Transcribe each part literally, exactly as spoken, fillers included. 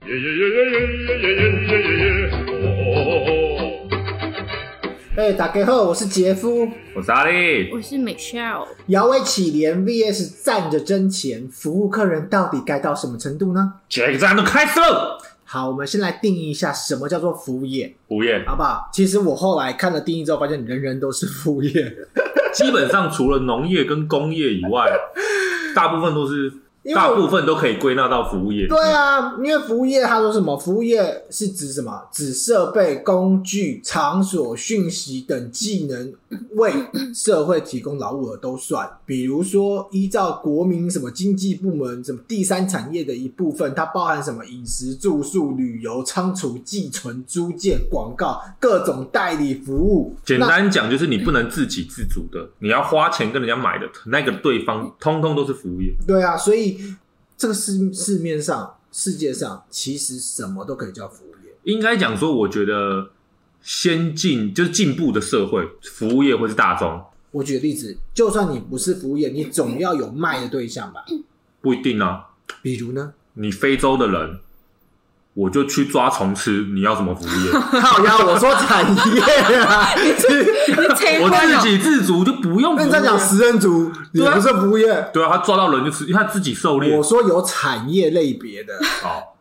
耶耶耶耶耶耶耶耶耶哦！ 哎，大家好，我是杰夫， 我是阿力， 我是 Michelle。 摇尾乞怜 V S 站着挣钱，服务客人到底该到什么程度呢？ 这个站都开始了。 好，我们先来定义一下什么叫做服务业， 服务业好不好？其实我后来看了定义之后，发现人人都是服务业。 基本上除了农业跟工业以外，大部分都是。大部分都可以归纳到服务业。 对啊，因为服务业他说什么？服务业是指什么？指设备、工具、场所、讯息等技能为社会提供劳务的都算。比如说，依照国民什么经济部门什么第三产业的一部分，它包含什么饮食、住宿、旅游、仓储、寄存、租借、广告、各种代理服务。 简单讲就是你不能自给自足的，你要花钱跟人家买的那个对方，通通都是服务业。 对啊，所以这个市市面上、世界上，其实什么都可以叫服务业。 应该讲说，我觉得先进就是进步的社会，服务业会是大宗。 我举个例子，就算你不是服务业，你总要有卖的对象吧？ 不一定啊。 比如呢？ 你非洲的人，我就去抓虫吃，你要什么服务业？ 靠腰，我说产业啊！ 我自给自足就不用服务业。 那你在讲食人族，也不是服务业。 对啊，他抓到人就吃，因为他自己狩猎。 我说有产业类别的。 好。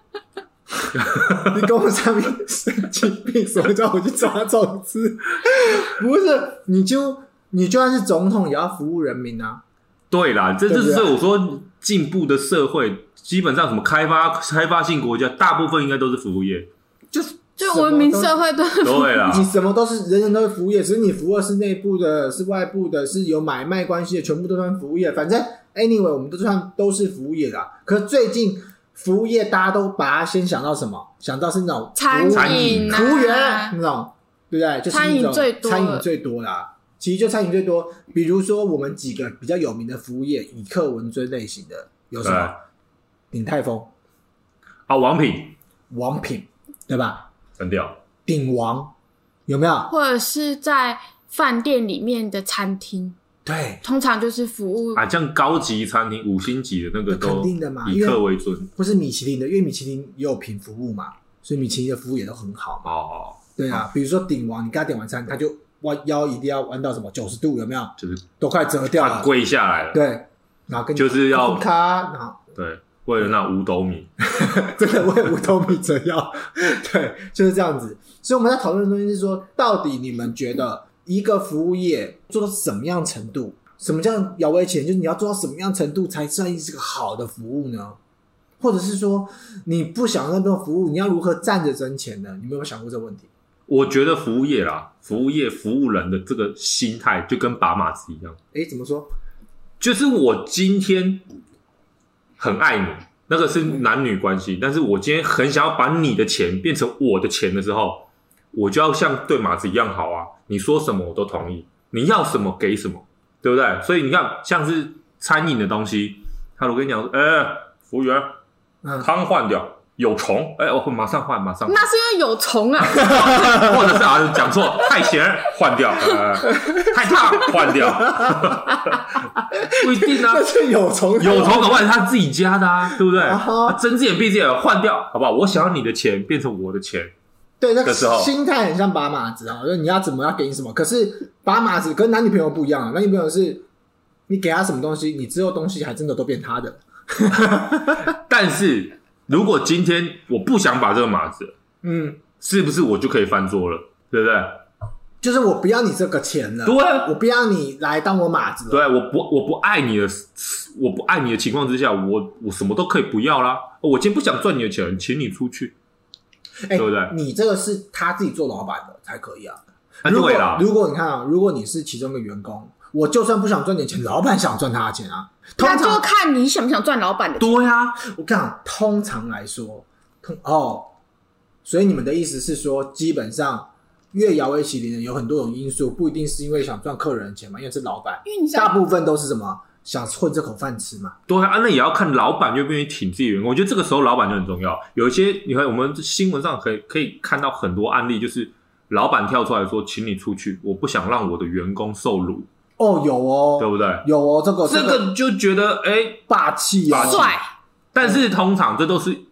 你跟我上面神经病，什么叫我去抓虫吃？不是，你就你就算是总统，也要服务人民啊。 对啦，这就是我说进步的社会，基本上什么开发开发性国家，大部分应该都是服务业， 就是就文明社会都是对啦， 你什么都是人人都是服务业，只是你服务的是内部的，是外部的，是有买卖关系的，全部都算服务业。反正 anyway， 我们都算都是服务业啦。可是最近服务业大家都把它先想到什么？想到是那种餐饮、啊、 服务员那种，对不对？就是餐饮最多， 餐饮最多啦。其实就餐饮最多，比如说我们几个比较有名的服务业，以客文尊类型的有什么？鼎泰丰啊，王品， 王品，对吧？ 很屌。 鼎王有没有？ 或者是在饭店里面的餐厅， 对， 通常就是服务啊，像高级餐厅、五星级的那个都肯定的嘛， 以客为尊。 不是米其林的，因为米其林也有评服务嘛，所以米其林的服务也都很好嘛。 哦， 对啊，比如说鼎王，你跟他点完餐，他就弯腰一定要弯到什么九十度，有没有？ 就是都快折掉了， 跪下来了。 对，然后跟你就是要卡，然后对，为了那五斗米， 真的为了五斗米折腰，对，就是这样子。所以我们在讨论的东西是说，到底你们觉得一个服务业做到什么样程度？什么叫摇尾乞怜？就是你要做到什么样程度才算是个好的服务呢？或者是说，你不想那种服务，你要如何站着挣钱呢？你有没有想过这个问题？ 我觉得服务业啦，服务业服务人的这个心态就跟把马子一样。 诶，怎么说？ 就是我今天很爱你，那个是男女关系，但是我今天很想要把你的钱变成我的钱的时候，我就要像对马子一样好啊！你说什么我都同意，你要什么给什么，对不对？所以你看，像是餐饮的东西，他如果跟你讲说，哎、欸，服务员，汤换掉。有虫，哎、欸，我马上换，马上换。 那是因为有虫啊， 或者是啊，讲错，太咸换掉，呃，太烫换掉，不一定啊。 那是有虫， 有虫搞不好是他自己家的啊，对不对？ 啊、 睁只眼闭只眼换掉，好不好？我想要你的钱变成我的钱， 对，那个心态很像把马子啊，就是你要怎么要给你什么。可是把马子跟男女朋友不一样啊，男女朋友是你给他什么东西，你之后东西还真的都变他的。 但是。如果今天我不想把这个马子，嗯，是不是我就可以翻桌了？对不对？ 就是我不要你这个钱了， 对， 我不要你来当我马子了。 对，我不，我不爱你的，我不爱你的情况之下，我我什么都可以不要啦。我今天不想赚你的钱，请你出去， 欸、 对不对？ 你这个是他自己做老板的才可以啊。 啊如果对啦， 如果你看啊，如果你是其中一个员工。我就算不想赚点钱，老板想赚他的钱啊。 那就看你想不想赚老板的钱。 对啊， 我跟你讲，通常来说，通哦，所以你们的意思是说，基本上越摇尾乞怜的有很多种因素，不一定是因为想赚客人的钱嘛，因为是老板， 因为你大部分都是什么想混这口饭吃嘛。 对啊，那也要看老板愿不愿意挺自己的员工。我觉得这个时候老板就很重要。有一些你看我们新闻上可以可以看到很多案例，就是老板跳出来说，请你出去，我不想让我的员工受辱。 哦，有哦， 对不对？ 有哦，这个这个就觉得哎、欸、 霸气啊， 帅。 但是通常这都是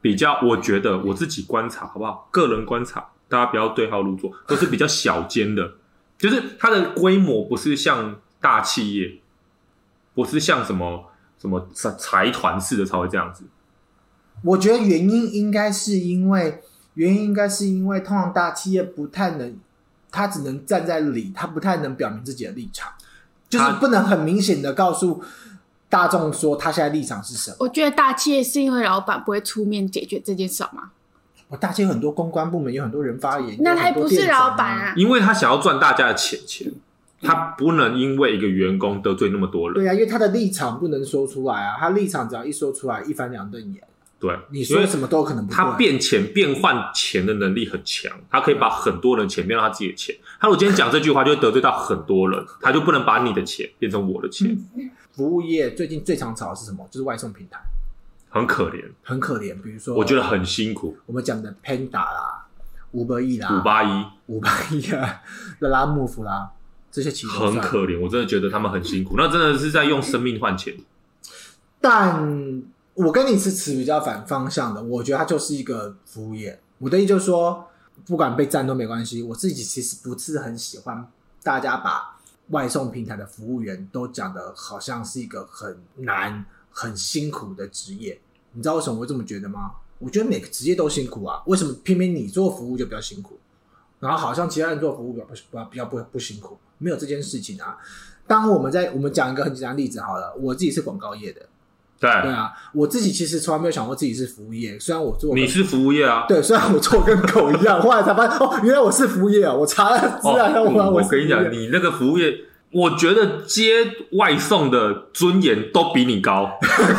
比较，我觉得我自己观察好不好？个人观察，大家不要对号入座，都是比较小间的，就是它的规模不是像大企业，不是像什么什么财团式的才会这样子。 我觉得原因应该是因为原因应该是因为通常大企业不太能，他只能站在理，他不太能表明自己的立场，就是不能很明显的告诉大众说他现在立场是什么。 我觉得大企业是因为老板不会出面解决这件事吗？ 我大企业很多公关部门有很多人发言， 那他不是老板啊， 因为他想要赚大家的钱钱，他不能因为一个员工得罪那么多人。 对啊，因为他的立场不能说出来啊，他立场只要一说出来，一翻两瞪眼。 对， 你说什么都有可能不对。 他变钱变换钱的能力很强，他可以把很多人钱变成他自己的钱。他如果今天讲这句话，就会得罪到很多人，他就不能把你的钱变成我的钱。 嗯、服务业最近最常吵的是什么？就是外送平台， 很可怜， 很可怜。比如说， 我觉得很辛苦。 我们讲的 Panda 啦、Uber Eats 啦、 五八一、 五八一啊、拉拉 Move 啦，这些其实很可怜。我真的觉得他们很辛苦，那真的是在用生命换钱。 但我跟你是持比较反方向的，我觉得它就是一个服务业。我的意思就是说，不管被赞都没关系。我自己其实不是很喜欢大家把外送平台的服务员都讲的好像是一个很难、很辛苦的职业。你知道为什么我会这么觉得吗？我觉得每个职业都辛苦啊，为什么偏偏你做服务就比较辛苦？然后好像其他人做服务比较比较不不辛苦，没有这件事情啊。当我们在我们讲一个很简单的例子好了，我自己是广告业的。 对对啊，我自己其实从来没有想过自己是服务业，虽然我做你是服务业啊， 对，虽然我做跟狗一样，后来才发现哦，原来我是服务业啊！我查了资料， 哦、 我我跟你讲，你那个服务业，我觉得接外送的尊严都比你高。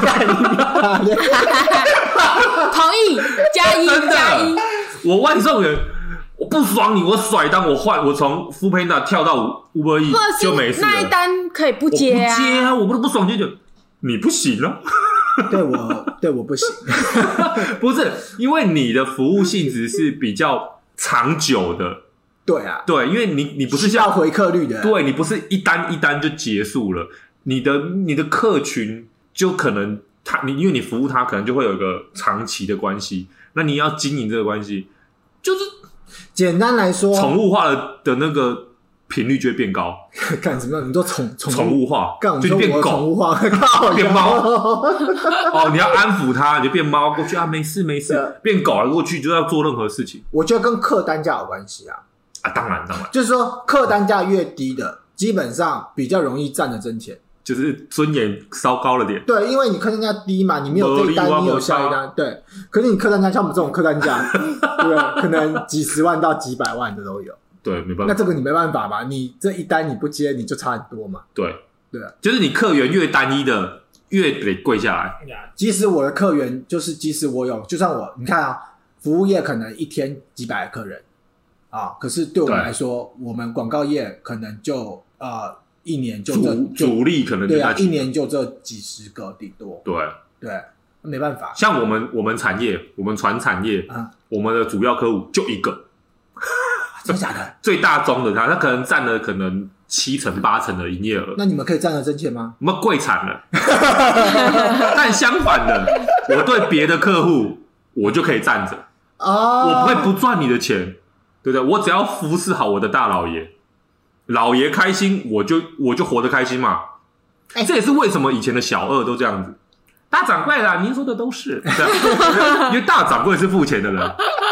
同意，加一加一。 我外送员，我不爽你，我甩单，我换，我从 Foodpanda 跳到 Uber Eats 就没事了。 那一单可以不接啊？ 我不接啊，我不是不爽就就。你不行啊， 对我对我不行， 不是因为你的服务性质是比较长久的， 对啊， 对，因为你你不是像回客率的， 对你不是一单一单就结束了，你的你的客群就可能他你因为你服务他，可能就会有一个长期的关系，那你要经营这个关系，就是简单来说， 宠物化的的那个。频率就会变高， 干什么？你说宠宠物化， 干就变狗， 宠物化， 变猫。哦，你要安抚它，你就变猫过去啊，没事没事。变狗了过去就要做任何事情。 我觉得跟客单价有关系啊。 啊，当然当然， 就是说客单价越低的，基本上比较容易赚的真钱， 就是尊严稍高了点。 对，因为你客单价低嘛，你没有这一单，你有下一单，对。可是你客单价像我们这种客单价，对不对？可能几十万到几百万的都有。 对，没办法。 那这个你没办法吧？你这一单你不接，你就差很多嘛。 对， 对啊， 就是你客源越单一的，越得跪下来。 即使我的客源就是，即使我有，就算我，你看啊，服务业可能一天几百个客人啊，可是对我们来说，我们广告业可能就呃一年就这主主力可能就对啊，一年就这几十个顶多。 对对，没办法。 像我们我们产业，我们传产业，嗯，我们的主要客户就一个。 真的假的？ 最大宗的他，他可能占了可能七成八成的营业额。 那你们可以占了真钱吗？ 我们贵惨了。但相反的，我对别的客户，我就可以站着。哦，我不会不赚你的钱，对不对？我只要服侍好我的大老爷，老爷开心，我就我就活得开心嘛。欸、这也是为什么以前的小二都这样子。大掌柜啦，您说的都是，因为大掌柜是付钱的人。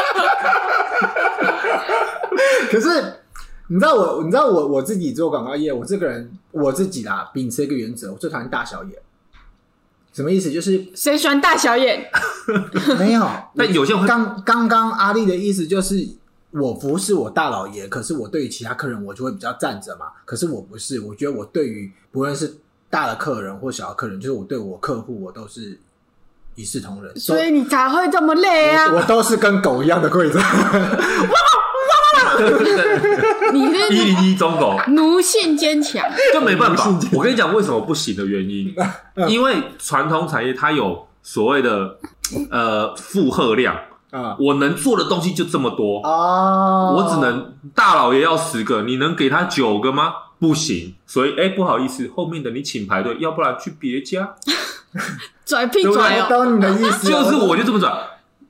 可是你知道我，你知道我我自己做广告业，我这个人我自己啦，秉持一个原则，我最讨厌大小眼。什么意思？就是谁喜欢大小眼？ 没有。 但有些人会刚刚刚阿力的意思就是，我服侍我大老爷，可是我对于其他客人我就会比较站着嘛。可是我不是，我觉得我对于不论是大的客人或小的客人，就是我对我客户我都是一视同仁。 所以你才会这么累啊！ 我, 我都是跟狗一样的跪着。 你是一零一中狗， 奴性坚强， 就没办法。我跟你讲为什么不行的原因，因为传统产业它有所谓的呃负荷量啊，我能做的东西就这么多哦，我只能大老爷要十个，你能给他九个吗？不行，所以哎、欸，不好意思，后面的你请排队，要不然去别家。 拽屁拽哦， 懂你的意思， 就是我就这么拽。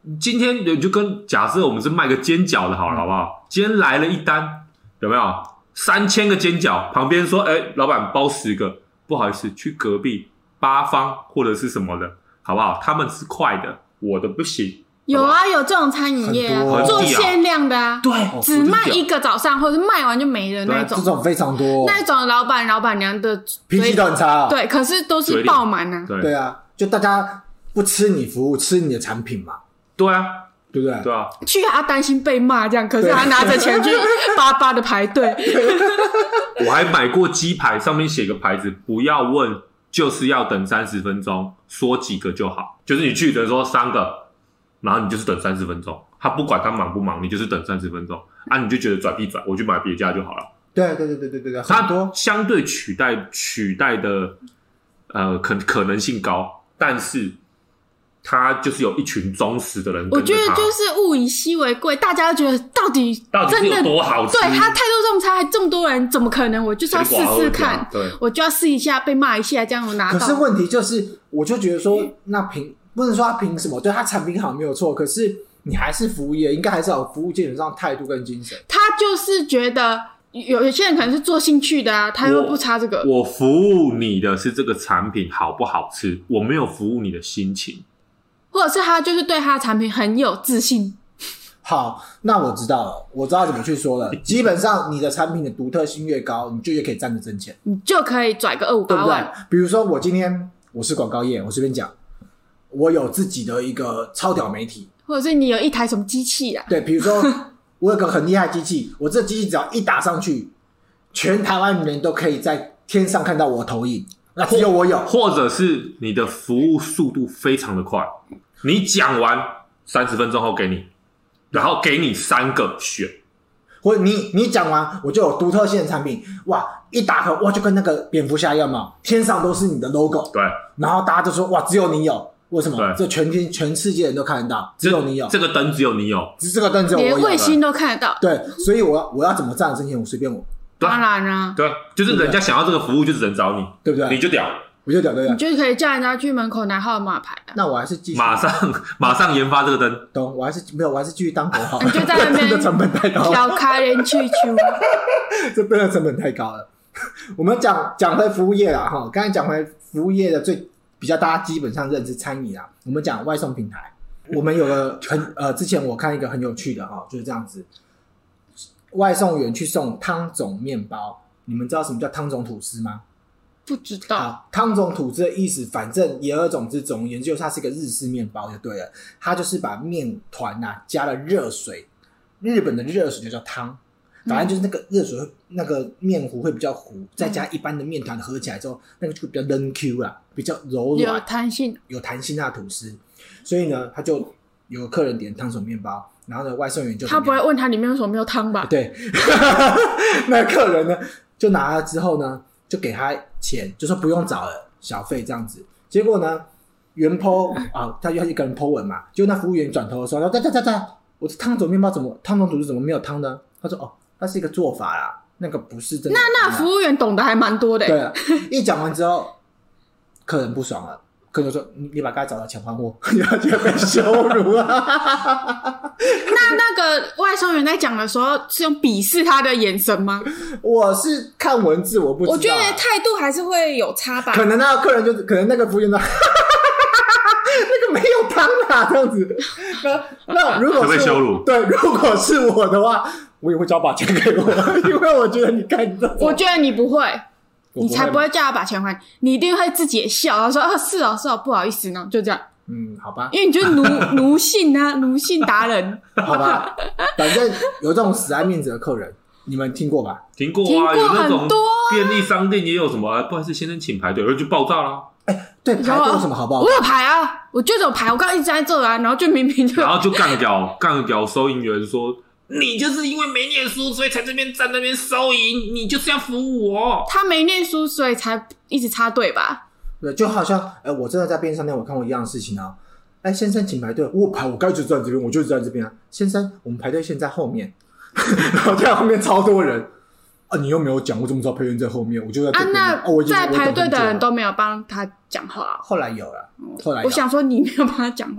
今天就跟假设我们是卖个煎饺的好了，好不好？今天来了一单，有没有三千个煎饺？旁边说，哎，老板包十个，不好意思，去隔壁八方或者是什么的，好不好？他们是快的，我的不行。 有啊，有这种餐饮业啊，做限量的啊， 对， 只卖一个早上，或者是卖完就没了那种， 这种非常多。 那种老板老板娘的脾气都很差啊， 对，可是都是爆满啊， 对对啊，就大家不吃你服务，吃你的产品嘛， 对啊， 对不对？ 对啊， 去还要担心被骂这样，可是他拿着钱去巴巴的排队。 我还买过鸡排，上面写个牌子，不要问，就是要等三十分钟，说几个就好，就是你去的时候三个。然后你就是等三十分钟，他不管他忙不忙，你就是等三十分钟啊，你就觉得拽屁拽，我去买别家就好了。 对对对对对对对， 它相对取代取代的呃可可能性高，但是他就是有一群忠实的人跟着他。 我觉得就是物以稀为贵，大家觉得到底到底是有多好吃？ 对，他态度这么差，还这么多人，怎么可能？我就是要试试看， 对， 我就要试一下，被骂一下，这样我拿到。 可是问题就是，我就觉得说，那凭不能说他凭什么？对，他产品好没有错，可是你还是服务业，应该还是要有服务基本上态度跟精神。 他就是觉得有有些人可能是做兴趣的啊，他又不差这个。 我, 我服务你的是这个产品好不好吃，我没有服务你的心情， 或者是他就是对他的产品很有自信。 好，那我知道了，我知道怎么去说了。基本上你的产品的独特性越高，你就越可以站着挣钱， 你就可以拽个二五八万， 对不对？比如说我今天我是广告业，我随便讲。我有自己的一个超屌媒体， 或者是你有一台什么机器啊？ 对，比如说我有个很厉害的机器，我这机器只要一打上去，全台湾人都可以在天上看到我的投影，那只有我有。 或者是你的服务速度非常的快，你讲完三十分钟后给你，然后给你三个选， 或者你你讲完我就有独特性的产品，哇，一打开哇就跟那个蝙蝠侠一样嘛，天上都是你的 logo， 对， 然后大家就说哇只有你有。为什么？这全天全世界人都看得到，只有你有这个灯，只有你有， 这个灯只有我有， 连卫星都看得到。 对，所以我要我要怎么站得挣钱，我随便我。 当然啊， 对，就是人家想要这个服务，就只能找你， 对不对？ 你就屌， 我就屌，对不对？ 你就可以叫人家去门口拿号码牌啊。 那我还是继续马上马上研发这个灯， 懂？我还是没有，我还是继续当头好了。 你就在那边这成本太高了， 挑开人去去， 这真的成本太高了。我们讲讲回服务业啦，哈，刚才讲回服务业的最。比较大家基本上认知餐饮啊，我们讲外送平台，我们有个很呃，之前我看一个很有趣的哈，就是这样子，外送员去送汤种面包，你们知道什么叫汤种吐司吗？ 不知道。 好，汤种吐司的意思，反正言而总之，总而言之，它是一个日式面包就对了，它就是把面团啊加了热水，日本的热水就叫汤。反正就是那个热水，那个面糊会比较糊，再加一般的面团合起来之后，那个就比较嫩 Q 啦，比较柔软， 有弹性， 有弹性的吐司。所以呢，他就有个客人点汤种面包，然后呢，外送员就他不会问他里面为什么没有汤吧？ 对，那客人呢就拿了之后呢，就给他钱，就说不用找了，小费这样子。结果呢，原 po 啊，他就一个人 po 文嘛，结果那服务员转头的时候，对对对对，我的汤种面包怎么汤种吐司怎么没有汤呢？他说哦。它是一个做法啦，那个不是真的。 那那服务员懂得还蛮多的。 对啊，一讲完之后，客人不爽了，客人说：“你你把刚才找到钱还我，你要觉得被羞辱啊！” 那那个外送员在讲的时候是用鄙视他的眼神吗？ 我是看文字，我不知道、啊。 我觉得态度还是会有差吧。 可能那个客人就可能那个服务员说。那个没有汤啊，这样子。那那如果是被羞辱， 对，如果是我的话，我也会叫把钱给我，因为我觉得你看这种， 我觉得你不会， 你才不会叫他把钱还，你一定会自己也笑，然后说啊是哦是哦，不好意思呢，就这样。 嗯，好吧， 因为你就是奴奴性啊，奴性达人， 好吧，反正有这种死爱面子的客人，你们听过吧？ 听过啊， 听过有那种很多啊便利商店也有什么、啊，不好意思，先生请排队，然后就爆炸啦。 哎，对，排队有什么好不好？ 我有排啊，我就有排，我刚刚一直在这啊，然后就明明就， 然后就干掉干掉收银员说，你就是因为没念书，所以才这边站那边收银，你就是要服务我。 他没念书，所以才一直插队吧？ 对，就好像，哎，我真的在便利商店我看过一样的事情啊。哎，先生，请排队。我排，我该就站这边，我就站这边啊。先生，我们排队线在后面，然后在后面超多人。啊，你又没有讲，我怎么知道排队在后面？我就在这边。 啊，那、 哦、 在排队的人都没有帮他讲话。 后来有了，后来有我想说你没有帮他讲话。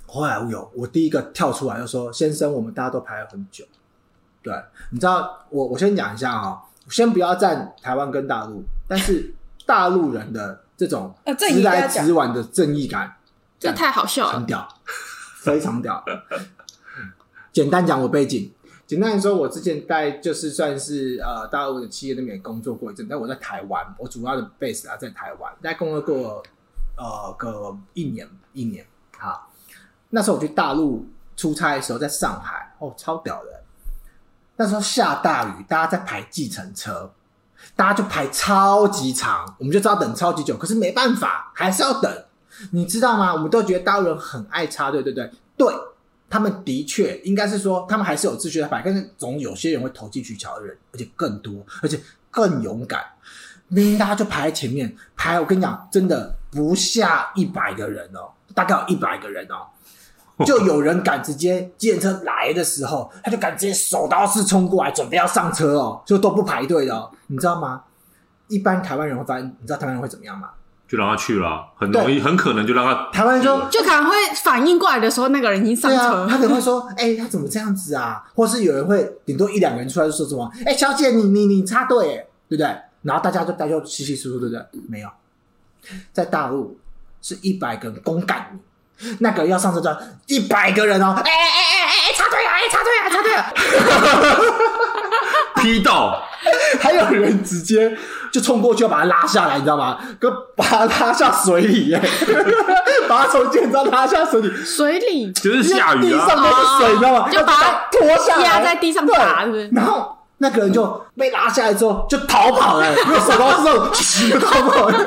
后来我有，我第一个跳出来就说：“先生，我们大家都排了很久。”对，你知道，我我先讲一下啊、哦，先不要站台湾跟大陆，但是大陆人的这种直来直往的正义感， 这太好笑了， 很屌，非常屌。简单讲我背景，简单来说，我之前在就是算是呃大陆的企业那边工作过一阵，但我在台湾，我主要的 base 啊在台湾，大概工作过呃个一年一年。好，那时候我去大陆出差的时候，在上海，哦，超屌的。那时候下大雨，大家在排计程车，大家就排超级长，我们就知道等超级久，可是没办法，还是要等。你知道吗？我们都觉得大陆人很爱插队，对不对？对。他们的确应该是说，他们还是有秩序在排，但是总有些人会投机取巧的人，而且更多，而且更勇敢。明明大家就排在前面排，我跟你讲，真的不下一百个人哦，大概有一百个人哦，就有人敢直接计程车来的时候，他就敢直接手刀式冲过来，准备要上车哦，就都不排队的哦，你知道吗？一般台湾人会发现，你知道台湾人会怎么样吗？ 就让他去了，很容易，很可能就让他。 台湾人说， 就可能会反应过来的时候，那个人已经上车了。 对啊，他可能会说：“哎、欸，他怎么这样子啊？”或是有人会顶多一两个人出来就说什么：“哎、欸，小姐，你你你插队，对不对？”然后大家就大家就稀稀疏疏，对不对？没有，在大陆是一百个人公干你，那个要上车的一百个人哦，哎哎哎哎哎，插队啊，哎插队啊，插队啊， 批斗。 还有人直接就冲过去要把他拉下来，你知道吗？跟把他拉下水里耶，把他从建造拉下水里， 水里就是下雨啊， 地上都是水，你知道吗？ 就把他拖下来， 压在地上打，是不是？ 然后那个人就被拉下来之后就逃跑了，因为手刀是这种就逃跑了。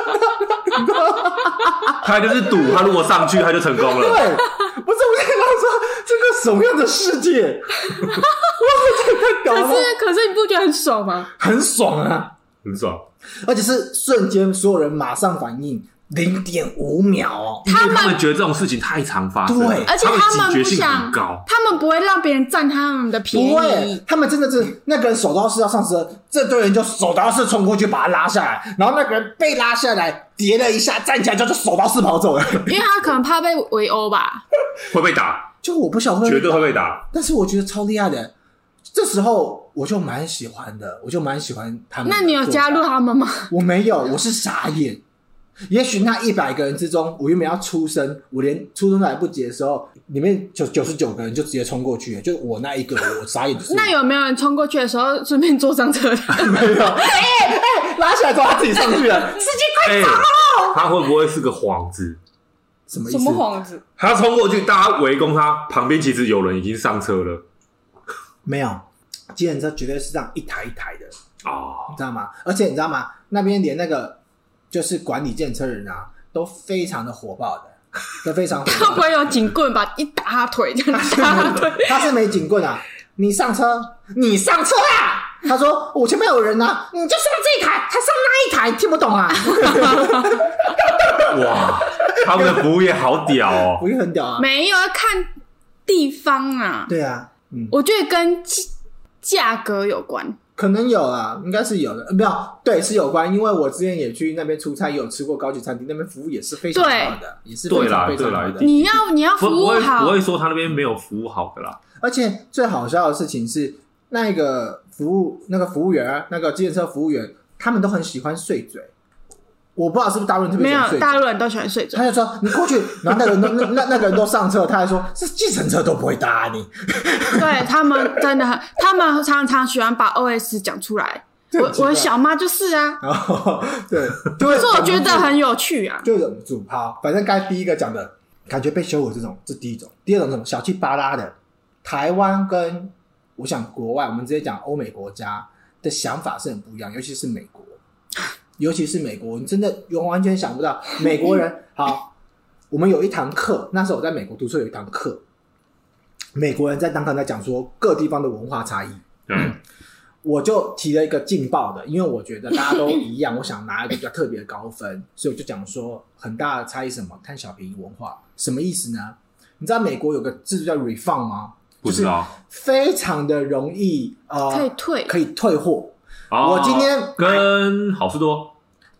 他就是赌，他如果上去他就成功了。 对，不是我跟他说这个什么样的世界？ 可是可是你不觉得很爽吗？ 很爽啊， 很爽， 而且是瞬间，所有人马上反应，零点五秒哦。 他们他们觉得这种事情太常发生， 对， 而且他们不警觉性想很高， 他们不会让别人占他们的便宜， 不会，他们真的是那个人手刀式要上车，这堆人就手刀式冲过去把他拉下来，然后那个人被拉下来，跌了一下，站起来之后就手刀式跑走了， 因为他可能怕被围殴吧， 会被打， 就我不晓得会绝对会被打， 但是我觉得超厉害的。这时候我就蛮喜欢的，我就蛮喜欢他们。 那你有加入他们吗？ 我没有，我是傻眼。也许那一百个人之中，我原本要出声，我连出声都来不及的时候，里面九九十九个人就直接冲过去了，就我那一个，我傻眼。 那有没有人冲过去的时候顺便坐上车？ 没有，哎哎、欸，拉起来之后他自己上去了，司机快走、 欸！他会不会是个幌子？ 什么意思？ 什么幌子？ 他冲过去，大家围攻他，旁边其实有人已经上车了。 没有，计程车绝对是这样一台一台的哦， 你知道吗？而且你知道吗？那边连那个就是管理计程车人啊，都非常的火爆的，都非常火爆的。 他不会有警棍吧？一打他腿就打他腿。 他是没警棍啊！你上车，你上车啊！他说我前面有人啊，你就上这一台，他上那一台，听不懂啊！ 哇，他们的服务业好屌哦， 服务业很屌啊！ 没有要看地方啊。 对啊。嗯， 我觉得跟价格有关， 可能有啦，应该是有的。呃，没有，对，是有关，因为我之前也去那边出差，也有吃过高级餐厅，那边服务也是非常好的，也是非常非常好的。 你要你要服务好， 不会说他那边没有服务好的啦。 而且最好笑的事情是，那个服务那个服务员，那个计程车服务员，他们都很喜欢碎嘴。我不知道是不是大陆人特别喜欢睡， 没有大陆人都喜欢睡嘴。 他就说你过去，然后那个人都那那那个人都上车，他还说这计程车都不会搭你。 对他们真的很，他们常常喜欢把 O S 讲出来。我我小妈就是啊， 哦、对， 可是我觉得很有趣啊， 就忍不住。好，反正刚才第一个讲的感觉被羞辱这种，这第一种。第二种什么小气巴拉的，台湾跟我想国外，我们直接讲欧美国家的想法是很不一样，尤其是美国。尤其是美国，你真的完全想不到美国人。好，我们有一堂课，那时候我在美国读书有一堂课，美国人在当堂在讲说各地方的文化差异。嗯，我就提了一个劲爆的，因为我觉得大家都一样，我想拿一个比较特别的高分，所以我就讲说很大的差异是什么？贪小便宜文化，什么意思呢？你知道美国有个制度叫 refund 吗？ 不知道， 就是非常的容易呃， 可以退， 可以退货。 哦、 我今天跟好事多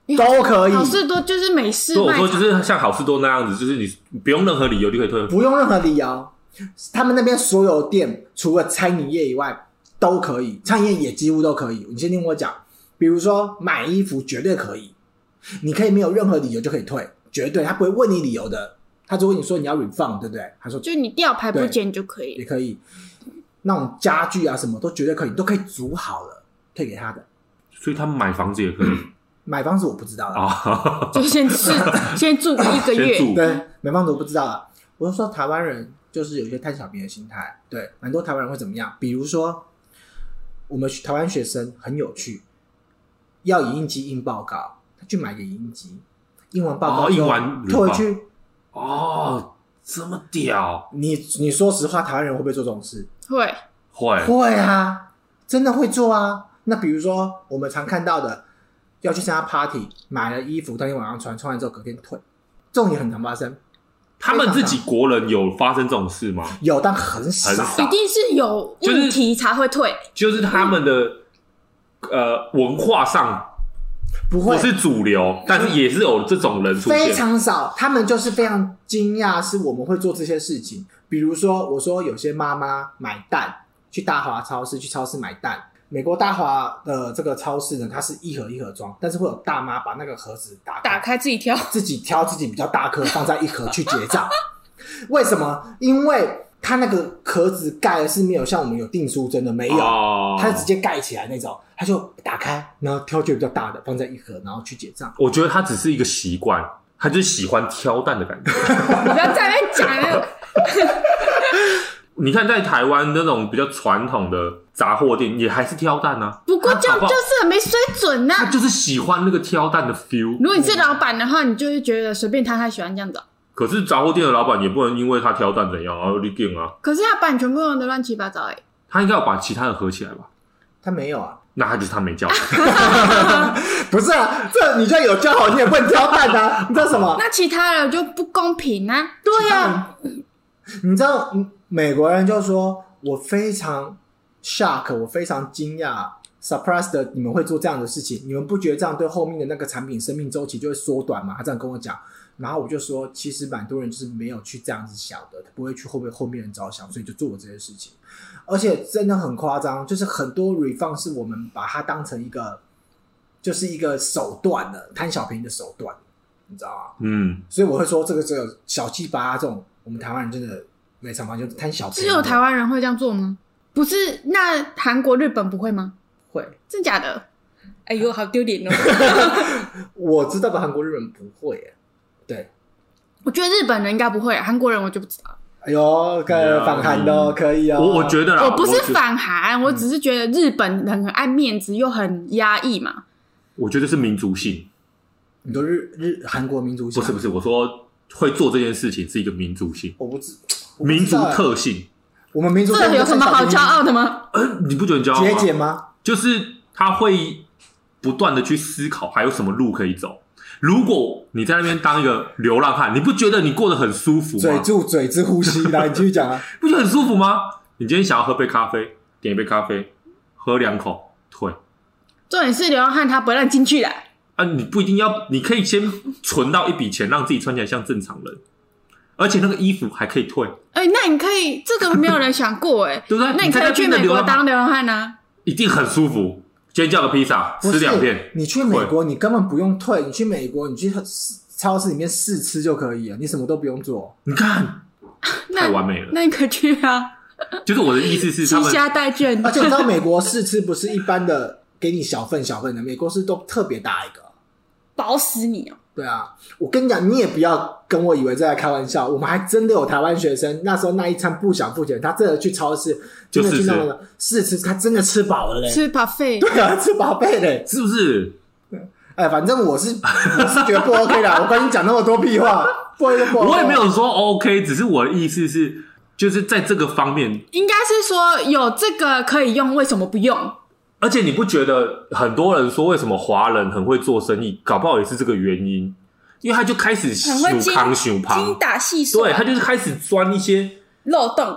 都可以， 好事多就是美式对，我卖场， 说就是像好事多那样子，就是你不用任何理由就可以退。 不用任何理由。他们那边所有店除了餐饮业以外都可以，餐饮业也几乎都可以。你先听我讲，比如说买衣服绝对可以，你可以没有任何理由就可以退，绝对他不会问你理由的，他只问你说你要 refund 对不对？他说就你吊牌不捡就可以也可以。那种家具啊什么都绝对可以，都可以组好了退给他的。 所以他们买房子也可以。 买房子我不知道了， 哦、 就先吃先住一个月。 对，买房子我不知道了。我就说台湾人就是有一些贪小便宜的心态，对，蛮多台湾人会怎么样？比如说，我们台湾学生很有趣，要影印机印报告，他去买个影印机，印完报告哦，印完退回去。 哦，这么屌！ 你你说实话，台湾人会不会做这种事？ 会会会啊，真的会做啊。那比如说我们常看到的，要去参加 party， 买了衣服当天晚上穿，穿完之后隔天退，这种也很常发生。 他们自己国人有发生这种事吗？ 有，但很少， 很少一定是有问题才会退， 就是他们的呃文化上不会不是主流，但是也是有这种人出现， 非常少。他们就是非常惊讶，是我们会做这些事情。比如说，我说有些妈妈买蛋，去大华超市去超市买蛋。美国大华的这个超市呢，它是一盒一盒装，但是会有大妈把那个盒子打开， 打开自己挑， 自己挑自己比较大颗，放在一盒去结账。为什么？因为它那个壳子盖的是没有像我们有订书针的，没有， 哦、 它是直接盖起来那种，它就打开，然后挑就比较大的放在一盒，然后去结账。 我觉得它只是一个习惯，他就是喜欢挑蛋的感觉。 你不要在那边讲那个。 你看，在台湾那种比较传统的杂货店，也还是挑蛋啊。 不过这样就是很没水准呐、啊。 他就是喜欢那个挑蛋的 feel。 如果你是老板的话，你就会觉得随便他，他喜欢这样子、啊。 可是杂货店的老板也不能因为他挑蛋怎样啊，你定啊。 可是他把你全部用的乱七八糟哎、欸。 他应该要把其他的合起来吧？ 他没有啊。 那他就是他没教。 不是啊，这你就有教好，你也不能挑蛋啊。你知道什么？ 那其他的就不公平啊。 对啊。你知道美国人就说我非常 shock， 我非常惊讶 surprised 的你们会做这样的事情，你们不觉得这样对后面的那个产品生命周期就会缩短吗？他这样跟我讲，然后我就说其实蛮多人就是没有去这样子想的，他不会去后面后面人着想，所以就做了这些事情。而且真的很夸张，就是很多 refund 是我们把它当成一个就是一个手段的贪小便宜的手段，你知道吗？ 嗯， 所以我会说这个这个小鸡巴这种我们台湾人真的没常常就贪小便宜。 只有台湾人会这样做吗？不是，那韩国、日本不会吗？ 会， 真假的？哎呦，好丢脸哦！ 我知道的韩国、日本不会耶。对， 我觉得日本人应该不会，韩国人我就不知道。 哎呦，跟反韩的、哦、可以哦。 我我觉得啦， 我不是反韩，我只是觉得日本人很爱面子又很压抑嘛。 我觉得是民族性。 你说日日韩国民族性？ 不是不是，我说会做这件事情是一个民族性。 我不知， 民族特性。 我们民族这有什么好骄傲的吗？ 呃，你不觉得骄傲吗？ 节俭吗？ 就是他会不断的去思考还有什么路可以走。如果你在那边当一个流浪汉，你不觉得你过得很舒服吗？ 嘴住嘴之呼吸，来，你继续讲啊。 不觉得很舒服吗？你今天想要喝杯咖啡，点一杯咖啡，喝两口，退。 重点是流浪汉他不会让你进去的。 啊，你不一定要，你可以先存到一笔钱，让自己穿起来像正常人，而且那个衣服还可以退。 哎、欸，那你可以，这个没有人想过哎、欸， 对不对？ 那你可以去美国当流浪汉啊， 一定很舒服。今天叫个披萨，吃两片。 你去美国，你根本不用退。你去美国，你去超市里面试吃就可以了，你什么都不用做。 你看，太完美了。 那你可以去啊。 就是我的意思是他们， 七虾带券。 而且你知道美国试吃不是一般的给你小份小份的，美国是都特别大一个， 饱死你哦。 对啊，我跟你讲，你也不要跟我以为在开玩笑，我们还真的有台湾学生，那时候那一餐不想付钱，他真的去超市，真的去那个试吃，他真的吃饱了嘞， 吃 buffet， 对啊，吃 buffet 嘞， 是不是？ 哎，反正我是我是觉得不 OK 啦，我跟你讲那么多屁话，不 OK 不 OK， 我也没有说 OK， 只是我的意思是，就是在这个方面， 应该是说有这个可以用，为什么不用？ 而且你不觉得很多人说为什么华人很会做生意，搞不好也是这个原因，因为他就开始很会精想康想胖， 精打细算， 对，他就是开始钻一些漏洞。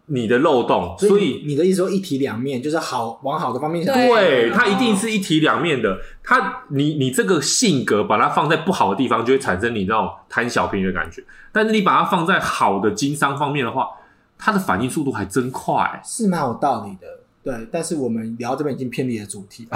你的漏洞，所以你的意思说一体两面，就是好往好的方面想。 对，它一定是一体两面的。它你你这个性格把它放在不好的地方，就会产生你那种贪小便宜的感觉。但是你把它放在好的经商方面的话，它的反应速度还真快， 是蛮有道理的。对，但是我们聊这边已经偏离了主题了。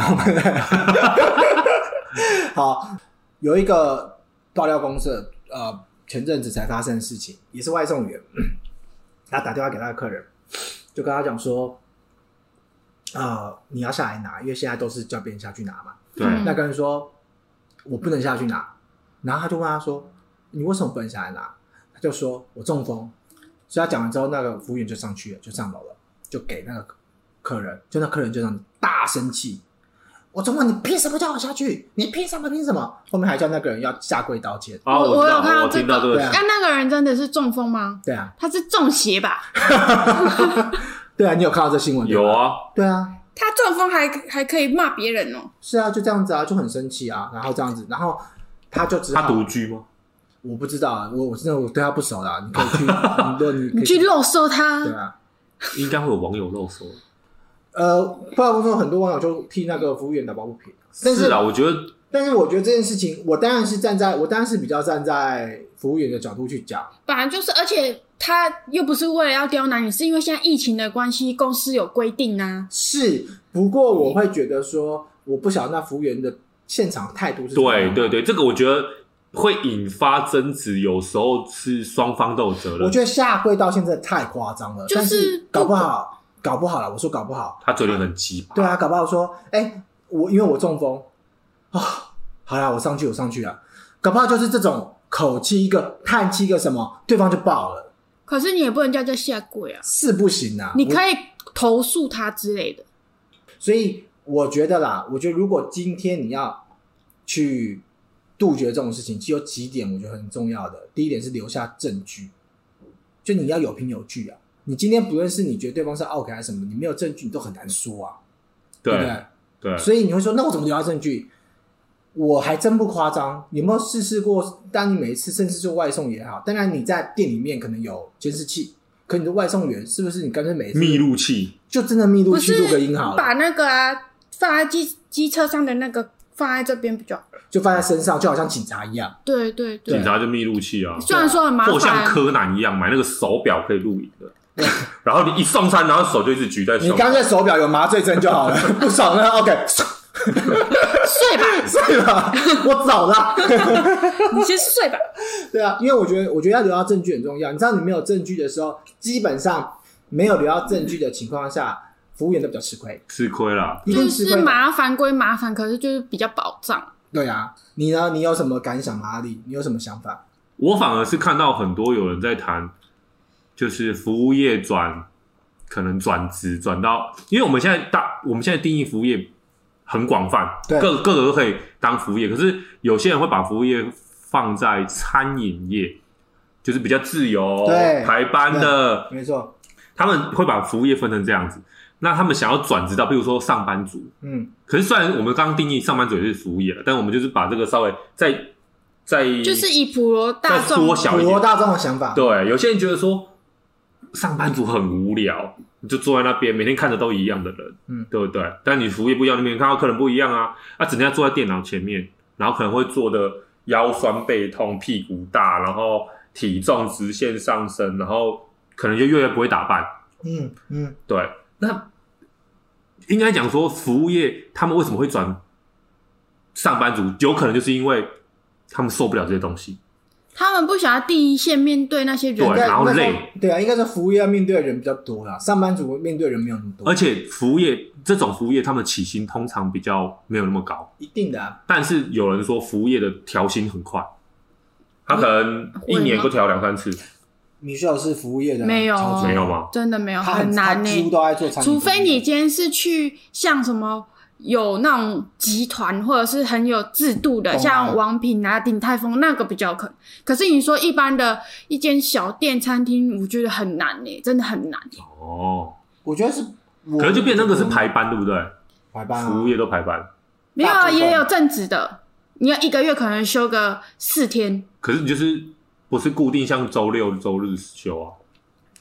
好，有一个爆料公社，呃，前阵子才发生的事情，也是外送员，他打电话给他的客人，就跟他讲说，呃，你要下来拿，因为现在都是叫别人下去拿嘛。 对， 那个人说，我不能下去拿，然后他就问他说，你为什么不能下来拿？他就说我中风，所以他讲完之后，那个服务员就上去了，就上楼了，就给那个客人，就那客人就这样大生气。我中风，你凭什么叫我下去？你凭什么？凭什么？后面还叫那个人要下跪道歉。 哦， 我我知道有看到我听到这个。 那、啊、那个人真的是中风吗？ 对啊， 他是中邪吧？ 对啊，你有看到这新闻？ 有啊， 对啊， 他中风还还可以骂别人哦。 是啊，就这样子啊，就很生气啊，然后这样子，然后他就只好他独居吗？ 我不知道啊，我我真的我对他不熟啦，你可以去，你说你可以你去肉搜他， 对啊， 应该会有网友漏搜。 呃，不然我说很多网友就替那个服务员打抱不平，但是是啊，我觉得， 但是我觉得这件事情，我当然是站在我当然是比较站在服务员的角度去讲， 本来就是，而且他又不是为了要刁难你，是因为现在疫情的关系，公司有规定啊。 是，不过我会觉得说，我不晓得那服务员的现场态度是什么样的。 对对对，这个我觉得会引发争执，有时候是双方都有责任。 我觉得下跪道歉真的太夸张了， 就是但是搞不好。搞不好啦，我说搞不好， 他嘴脸很鸡巴。 对啊，搞不好说，哎、欸，我因为我中风啊、哦，好啦，我上去，我上去了，搞不好就是这种口气一个叹气一个什么，对方就爆了。 可是你也不能叫他下跪啊， 是不行啊， 你可以投诉他之类的。 所以我觉得啦，我觉得如果今天你要去杜绝这种事情，其实有几点我觉得很重要的。第一点是留下证据，就你要有凭有据啊。你今天不论是你觉得对方是 OK 还是什么，你没有证据你都很难说啊， 对对不对？ 对， 所以你会说，那我怎么留下证据？我还真不夸张，有没有试试过？当你每一次甚至做外送也好，当然你在店里面可能有监视器，可你的外送员是不是你干脆每一次密录器就真的密录器录个音好了， 把那个啊放在机机车上的那个放在这边比较好， 就放在身上，就好像警察一样。 对对对， 警察就密录器啊， 虽然说很麻烦， 或像柯南一样买那个手表可以录影的。然后你一送餐，然后手就一直举在手上。 你干脆手表有麻醉针就好了，不爽呢 OK 睡吧睡吧，我走了你先睡吧。 对啊，因为我觉得我觉得要留下证据很重要。你知道你没有证据的时候，基本上没有留下证据的情况下，服务员都比较吃亏， 吃亏啦， 一定吃亏。 就是麻烦归麻烦，可是就是比较保障。 对啊，你呢？你有什么感想吗？阿力，你有什么想法？ 我反而是看到很多有人在谈，就是服务业转可能转职转到，因为我们现在大我们现在定义服务业很广泛， 对， 各各个都可以当服务业，可是有些人会把服务业放在餐饮业，就是比较自由对排班的， 没错， 他们会把服务业分成这样子。那他们想要转职到，比如说上班族， 嗯， 可是虽然我们刚刚定义上班族也是服务业了，但我们就是把这个稍微再再就是以普罗大众再缩小一点， 普罗大众的想法， 对，有些人觉得说上班族很无聊，你就坐在那边每天看着都一样的人， 嗯， 对不对？但你服务业不一样，你每天看到客人不一样啊，啊，整天坐在电脑前面，然后可能会坐的腰酸背痛、屁股大，然后体重直线上升，然后可能就越来越不会打扮， 嗯嗯， 对。那应该讲说，服务业他们为什么会转上班族？有可能就是因为他们受不了这些东西， 他们不想要第一线面对那些人， 对，然后累。 对啊，应该是服务业要面对的人比较多啦，上班族面对的人没有那么多。 而且服务业这种服务业，他们的起薪通常比较没有那么高， 一定的啊。 但是有人说服务业的调薪很快，他可能一年都调两三次。 米秀是服务业的， 没有没有吗？ 真的没有， 他很难呢、 欸。几乎都在做餐饮， 除非你今天是去像什么有那种集团或者是很有制度的，像王品啊、鼎泰丰那个比较可能。可是你说一般的一间小店餐厅，我觉得很难呢、欸，真的很难、欸。 哦， 我觉得是， 可能就变成那个是排班，对不对？ 排班、啊， 服务业都排班， 没有啊，也有正职的，你要一个月可能休个四天。 可是你就是不是固定像周六、周日休啊？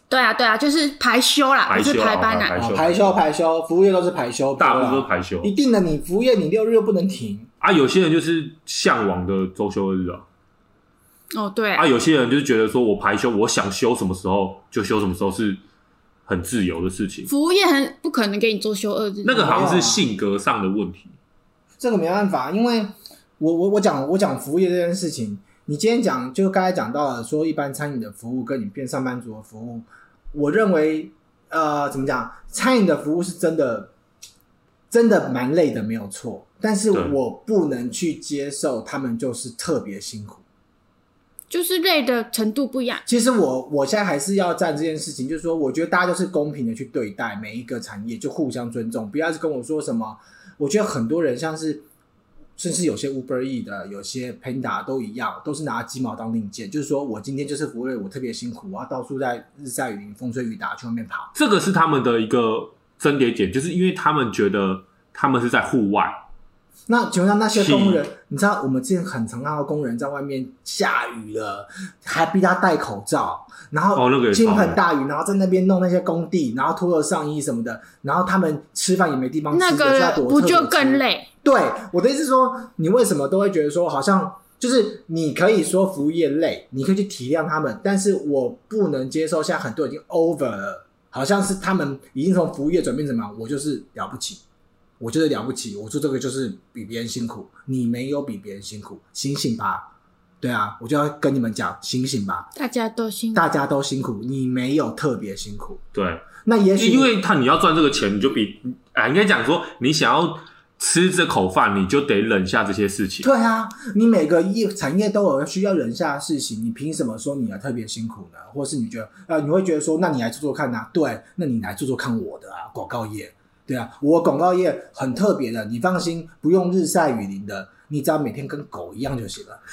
对啊，对啊，就是排休啦， 排休不是排班啦。 排休哦排休排休，服务业都是排休， 大部分都是对啊排休一定的，你服务业你六日又不能停。 啊。有些人就是向往的周休二日啊， 哦，对啊，有些人就是觉得说我排休，我想休什么时候就休什么时候，是很自由的事情。 服务业很不可能给你周休二日， 那个好像是性格上的问题。 这个没办法，因为我我我讲我讲服务业这件事情，你今天讲就刚才讲到了说一般餐饮的服务跟你变上班族的服务，我认为呃怎么讲，餐饮的服务是真的真的蛮累的，没有错，但是我不能去接受他们就是特别辛苦。 就是累的程度不一样。 其实我我现在还是要站这件事情，就是说，我觉得大家就是公平的去对待每一个产业，就互相尊重，不要是跟我说什么。我觉得很多人像是，甚至有些 Uber E 的，有些 Panda 都一样，都是拿鸡毛当令箭，就是说我今天就是服务业，我特别辛苦，我要到处在日晒雨淋、风吹雨打去外面跑。 这个是他们的一个争点点，就是因为他们觉得他们是在户外。 那请问下那些工人，你知道我们之前很常看到工人在外面下雨了，还逼他戴口罩，然后倾盆大雨，然后在那边弄那些工地，然后脱了上衣什么的，然后他们吃饭也没地方吃， 那个不就更累？ 对，我的意思是说，你为什么都会觉得说，好像就是你可以说服务业累，你可以去体谅他们，但是我不能接受现在很多已经 over 了，好像是他们已经从服务业转变成什么，我就是了不起。我就是了不起，我做这个就是比别人辛苦，你没有比别人辛苦，醒醒吧！对啊，我就要跟你们讲，醒醒吧！ 大家都辛苦， 大家都辛苦，你没有特别辛苦。 对， 那也许因为他你要赚这个钱，你就比啊，应该讲说，你想要吃这口饭，你就得忍下这些事情。 对啊，你每个业产业都有需要忍下的事情，你凭什么说你要特别辛苦呢？或是你觉得呃，你会觉得说，那你来做做看啊？对，那你来做做看我的啊，广告业。对啊，我广告业很特别的，你放心，不用日晒雨淋的，你只要每天跟狗一样就行了。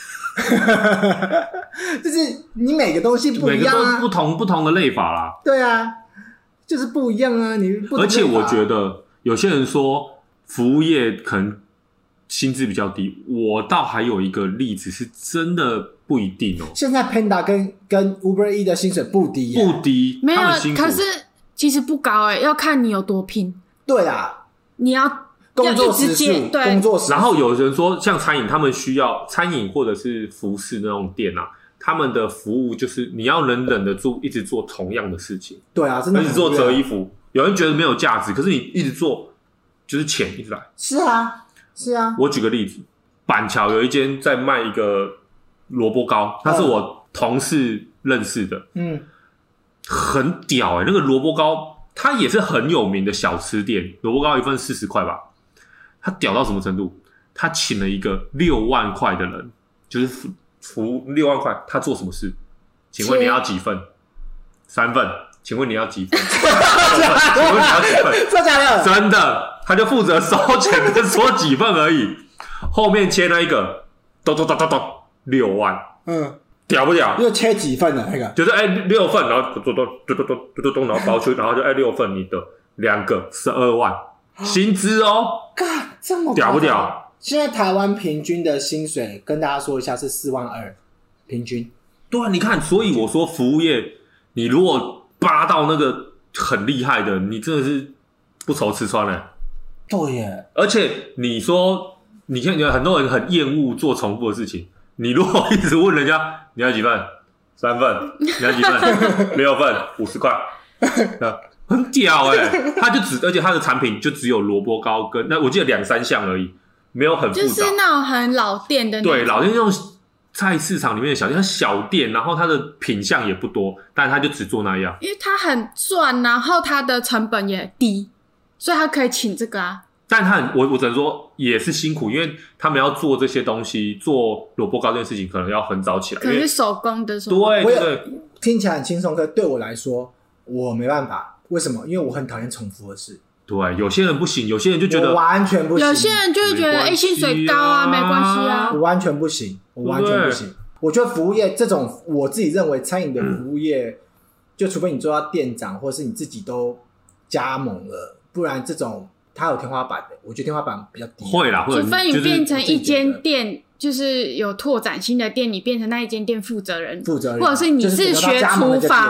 就是你每个东西不一样啊， 每个都不同不同的类法啦。 对啊，就是不一样啊，你不同而且我觉得有些人说服务业可能薪资比较低，我倒还有一个例子是真的不一定哦。 现在 Panda 跟跟 Uber E 的薪水不低耶， 不低， 没有， 他们辛苦可是其实不高诶，要看你有多拼。 对啦， 你要工作时数，工作时数。 然后有人说，像餐饮，他们需要餐饮或者是服饰那种店啊，他们的服务就是你要能忍得住，一直做同样的事情。 对啊，真的一直做折衣服，有人觉得没有价值，可是你一直做，就是钱一直来。 是啊，是啊。 我举个例子，板桥有一间在卖一个萝卜糕，它是我同事认识的， 嗯， 很屌欸，那个萝卜糕。它也是很有名的小吃店，萝卜糕一份四十块吧。他屌到什么程度？他请了一个六万块的人，就是服服务六万块，他做什么事？请问你要几份？三份。请问你要几份？请问你要几份？ 真的假的？ 真的，他就负责收钱跟说几份而已。后面切那一个，咚咚咚咚咚，六万。 嗯。 屌不屌？ 又切几份的那个？ 就是哎、欸、六份，然后咚咚咚咚咚咚咚咚，然后包出，然后就哎、欸、六份，你的两个十二万薪资哦， God，这么屌不屌？ 现在台湾平均的薪水跟大家说一下是四万二，平均。 对啊，你看，所以我说服务业，你如果扒到那个很厉害的，你真的是不愁吃穿嘞、欸。 对耶， 而且你说，你看，有很多人很厌恶做重复的事情。你如果一直问人家你要几份，三份，你要几份，六份，五十块，很屌哎、欸！他就只，而且他的产品就只有萝卜糕跟那我记得两三项而已，没有很复杂， 就是那种很老店的那种， 对，老店那种菜市场里面的小店，它小店，然后它的品项也不多，但他就只做那样， 因为他很赚，然后他的成本也低，所以他可以请这个啊。 但他很，我我只能说也是辛苦，因为他们要做这些东西，做萝卜糕这件事情，可能要很早起来， 可能是手工的， 对对对， 听起来很轻松，可对我来说，我没办法。为什么？因为我很讨厌重复的事。 对，有些人不行，有些人就觉得我完全不行， 有些人就会觉得哎、欸，薪水高啊，没关系啊， 我完全不行，我完全不行。我觉得服务业这种，我自己认为餐饮的服务业，嗯、就除非你做到店长，或是你自己都加盟了，不然这种。它有天花板的，我觉得天花板比较低。 会啦，会。 除非你变成一间店，就是有拓展新的店，你变成那一间店负责人， 负责人， 或者是你是学厨房， 嗯、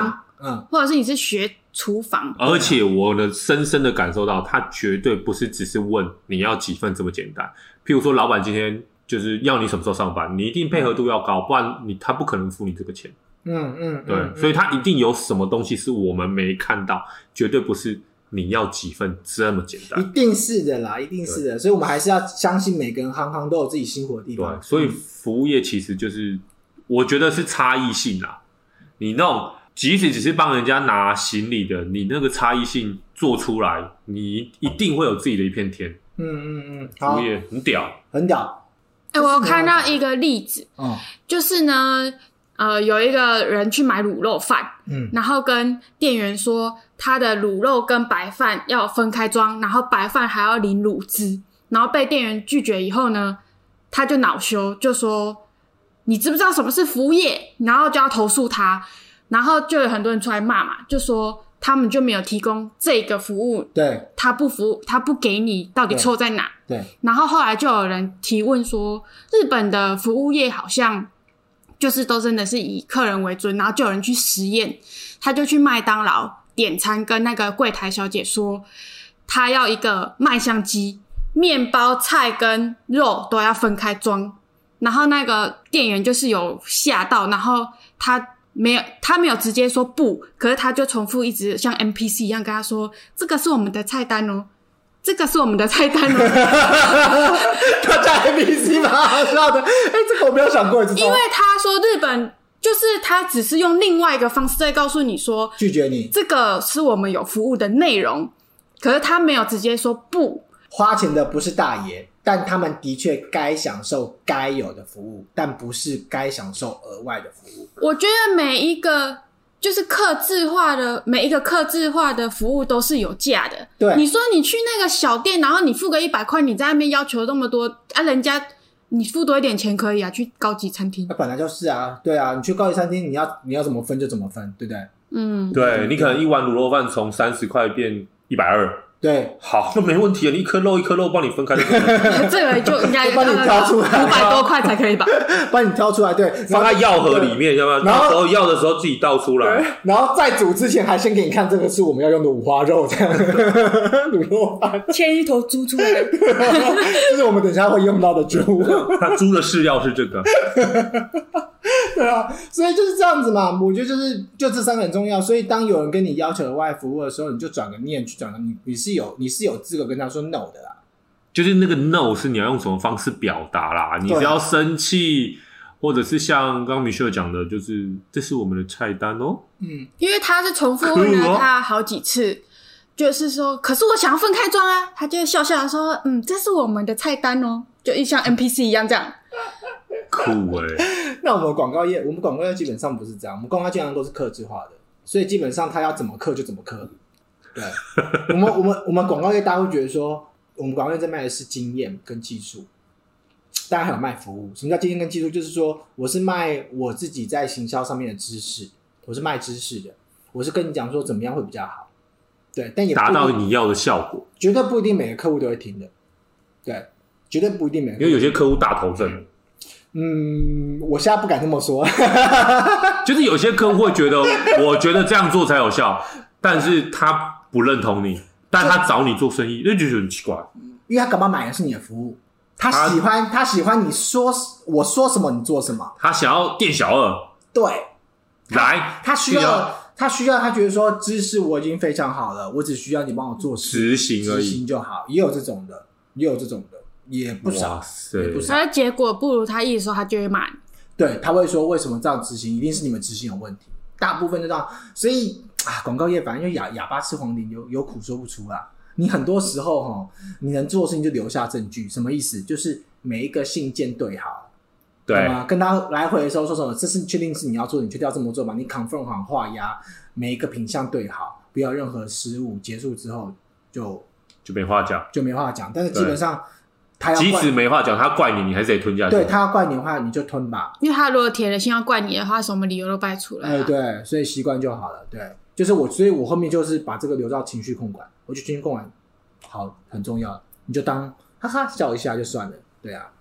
嗯， 或者是你是学厨房， 而且我呢，深深的感受到，他绝对不是只是问你要几份这么简单。譬如说，老板今天就是要你什么时候上班，你一定配合度要高，不然你他不可能付你这个钱。 嗯嗯， 对， 嗯所以他一定有什么东西是我们没看到，绝对不是你要几份这么简单。 一定是的啦，一定是的，所以我们还是要相信每个人行行都有自己辛苦的地方。 对，所以服务业其实就是我觉得是差异性啦。你那种即使只是帮人家拿行李的，你那个差异性做出来，你一定会有自己的一片天。 嗯嗯嗯， 服务业很屌， 很屌。 哎、欸，我有看到一个例子， 哦， 就是呢，呃，有一个人去买卤肉饭， 嗯， 然后跟店员说他的卤肉跟白饭要分开装，然后白饭还要淋卤汁，然后被店员拒绝以后呢，他就恼羞，就说你知不知道什么是服务业？然后就要投诉他，然后就有很多人出来骂嘛，就说他们就没有提供这个服务， 对， 他不服务，他不给你，到底错在哪？ 对， 然后后来就有人提问说，日本的服务业好像就是都真的是以客人为尊，然后就有人去实验，他就去麦当劳点餐，跟那个柜台小姐说，他要一个麦香鸡，面包、菜跟肉都要分开装，然后那个店员就是有吓到，然后他没有，他没有直接说不，可是他就重复一直像 N P C 一样跟他说，这个是我们的菜单哦。这个是我们的菜单哦， 他叫 N P C 蛮好笑的。哎、欸，这个我没有想过，因为他说日本就是他只是用另外一个方式在告诉你说拒绝你， 这个是我们有服务的内容，可是他没有直接说不。 花钱的不是大爷，但他们的确该享受该有的服务，但不是该享受额外的服务。 我觉得每一个。就是客制化的每一个客制化的服务都是有价的。 对， 你说你去那个小店，然后你付个一百块，你在那边要求那么多啊，人家你付多一点钱可以啊，去高级餐厅。 那、啊、本来就是啊，对啊，你去高级餐厅，你要你要怎么分就怎么分，对不对？ 嗯， 对，你可能一碗卤肉饭从三十块变一百二。 对， 好，那没问题啊！你一颗肉一颗肉帮你分开就可以这个就应该帮你挑出来五百多块才可以吧？ 帮你挑出来，对， 放在药盒里面，要不要？然后要的时候自己倒出来， 然后在煮之前还先给你看，这个是我们要用的五花肉，这样卤肉饭切一头猪出来， 这是我们等一下会用到的猪。 它猪的饲料是这个。 对啊，所以就是这样子嘛。我觉得就是就这三个很重要。所以当有人跟你要求额外服务的时候，你就转个念去转个你你是有你是有资格跟他说 no 的啦。 就是那个 no 是你要用什么方式表达啦？你是要生气，或者是像刚刚 Michelle 讲的，就是这是我们的菜单哦。 嗯，因为他是重复问了他好几次。就是说，可是我想要分开装啊，他就会笑笑说，嗯，这是我们的菜单哦，就像 N P C 一样这样。 酷欸。 那我们广告业，我们广告业基本上不是这样，我们广告基本上都是客制化的，所以基本上他要怎么客就怎么客。对，我们我们我们广告业大家会觉得说，我们广告业在卖的是经验跟技术，当然还有卖服务。什么叫经验跟技术？就是说，我是卖我自己在行销上面的知识，我是卖知识的，我是跟你讲说怎么样会比较好。对，但也达到你要的效果， 绝对不一定每个客户都会听的。对，绝对不一定每个客户， 因为有些客户大头症。 嗯，我现在不敢这么说。 就是有些客户会觉得，我觉得这样做才有效，但是他不认同你，但他找你做生意，那就觉得很奇怪。 因为他干嘛买的是你的服务，他喜欢 他, 他喜欢你说我说什么你做什么， 他想要店小二。 对， 来， 他需要。他需要，他觉得说知识我已经非常好了，我只需要你帮我做执行而已， 执行就好。也有这种的，也有这种的，也不少，也不少。 他的结果不如他意的时候，他就会骂你。 对，他会说为什么这样执行，一定是你们执行有问题。大部分就这样，所以啊，广告业反正就哑哑巴吃黄连，有有苦说不出啦。你很多时候哈，你能做的事情就留下证据，什么意思？就是每一个信件对好。 对吗？跟他来回的时候说什么？这是确定是你要做的，你确定要这么做吗？你 confirm 好画押，每一个品项对好，不要任何失误。结束之后就就没话讲， 就没话讲。但是基本上他要即使没话讲，他怪你，你还是得吞下去。 对，他要怪你的话，你就吞吧。 因为他如果铁了心要怪你的话，什么理由都掰出来。 哎，对，所以习惯就好了。对，就是我，所以我后面就是把这个留到情绪控管。我觉得情绪控管好很重要，你就当哈哈笑一下就算了。对啊。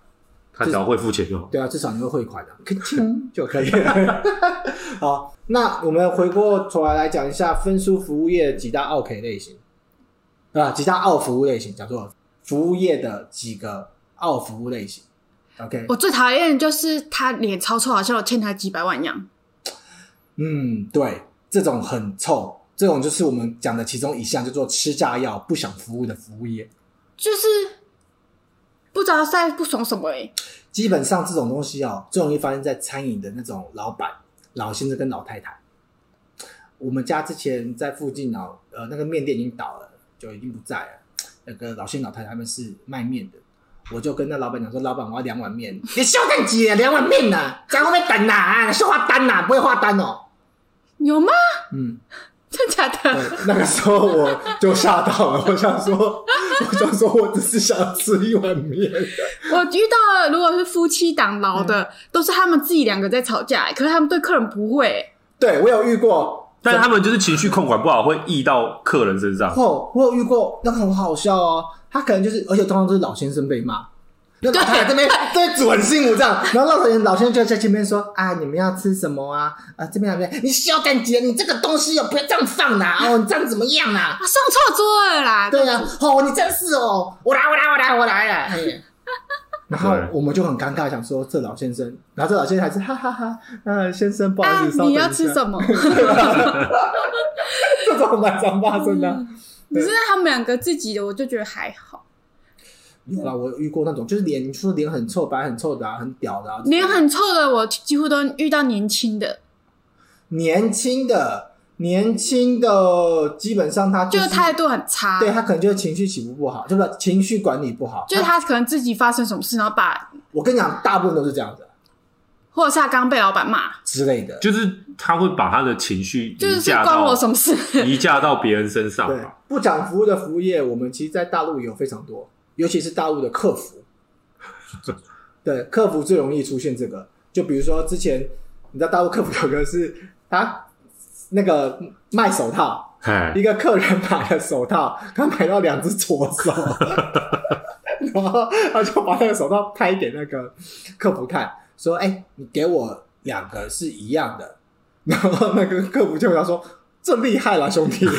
他只要会付钱就好。 对啊，至少你会汇款的、啊，就可以了。好，那我们回过头来来讲一下分输服务业几大奥 K 类型啊，几大奥服务类型，叫做服务业的几个奥服务类型。OK， 我最讨厌的就是他脸超臭，好像我欠他几百万一样。 嗯，对，这种很臭，这种就是我们讲的其中一项，叫做吃炸药不想服务的服务业。 就是不知道在不爽什么诶、欸。 基本上这种东西哦，最容易发生在餐饮的那种老板、老先生跟老太太。我们家之前在附近哦，呃，那个面店已经倒了，就已经不在了。那个老先生老太太他们是卖面的，我就跟那老板讲说：“老板，我要两碗面。”你小等几啊？两碗面呐、啊？在后面等呐、啊？是画单呐、啊？不会画单哦？ 有吗？ 嗯。 真假的？ 那个时候我就吓到了，我想说，我想说，我只是想吃一碗面。 我遇到了，如果是夫妻档老的，嗯、都是他们自己两个在吵架，可是他们对客人不会。 对，我有遇过， 但是他们就是情绪控管不好，会溢到客人身上。 哦，我有遇过，那个很好笑哦。他可能就是，而且通常都是老先生被骂。那老太太这边对煮很辛苦这样，然后老先老先生就在前面说啊，你们要吃什么啊？啊这边那边，你小胆姐，你这个东西哦，不要这样放啦！哦，你这样怎么样啊？ 啊上错桌了啦！ 对啊，哦，你真是哦，我来我来我来我来了。嘿然后我们就很尴尬，想说这老先生，然后这老先生还是哈哈哈，呃，先生不好意思， 啊、你要吃什么？ 这种蛮常发生的。 嗯、可是他们两个自己的，我就觉得还好。 有啦，我有遇过那种，就是脸，你说脸很臭，白很臭的啊，很屌的啊。 脸很臭的，我几乎都遇到年轻的。 年轻的，年轻的，基本上他、就是、 就是态度很差。 对，他可能就是情绪起伏不好，就是情绪管理不好。 就是他可能自己发生什么事，然后把…… 我跟你讲，大部分都是这样子， 或者是他刚被老板骂之类的， 就是他会把他的情绪就是关我什么事， 移嫁到别人身上。 对，不讲服务的服务业，我们其实在大陆也有非常多。尤其是大陆的客服，对，客服最容易出现这个。就比如说之前，你知道大陆客服有个是他那个卖手套，一个客人买了手套，他买到两只左手，然后他就把那个手套拍给那个客服看，说：“哎、欸，你给我两个是一样的。”然后那个客服就跟他说：“这厉害了，兄弟。”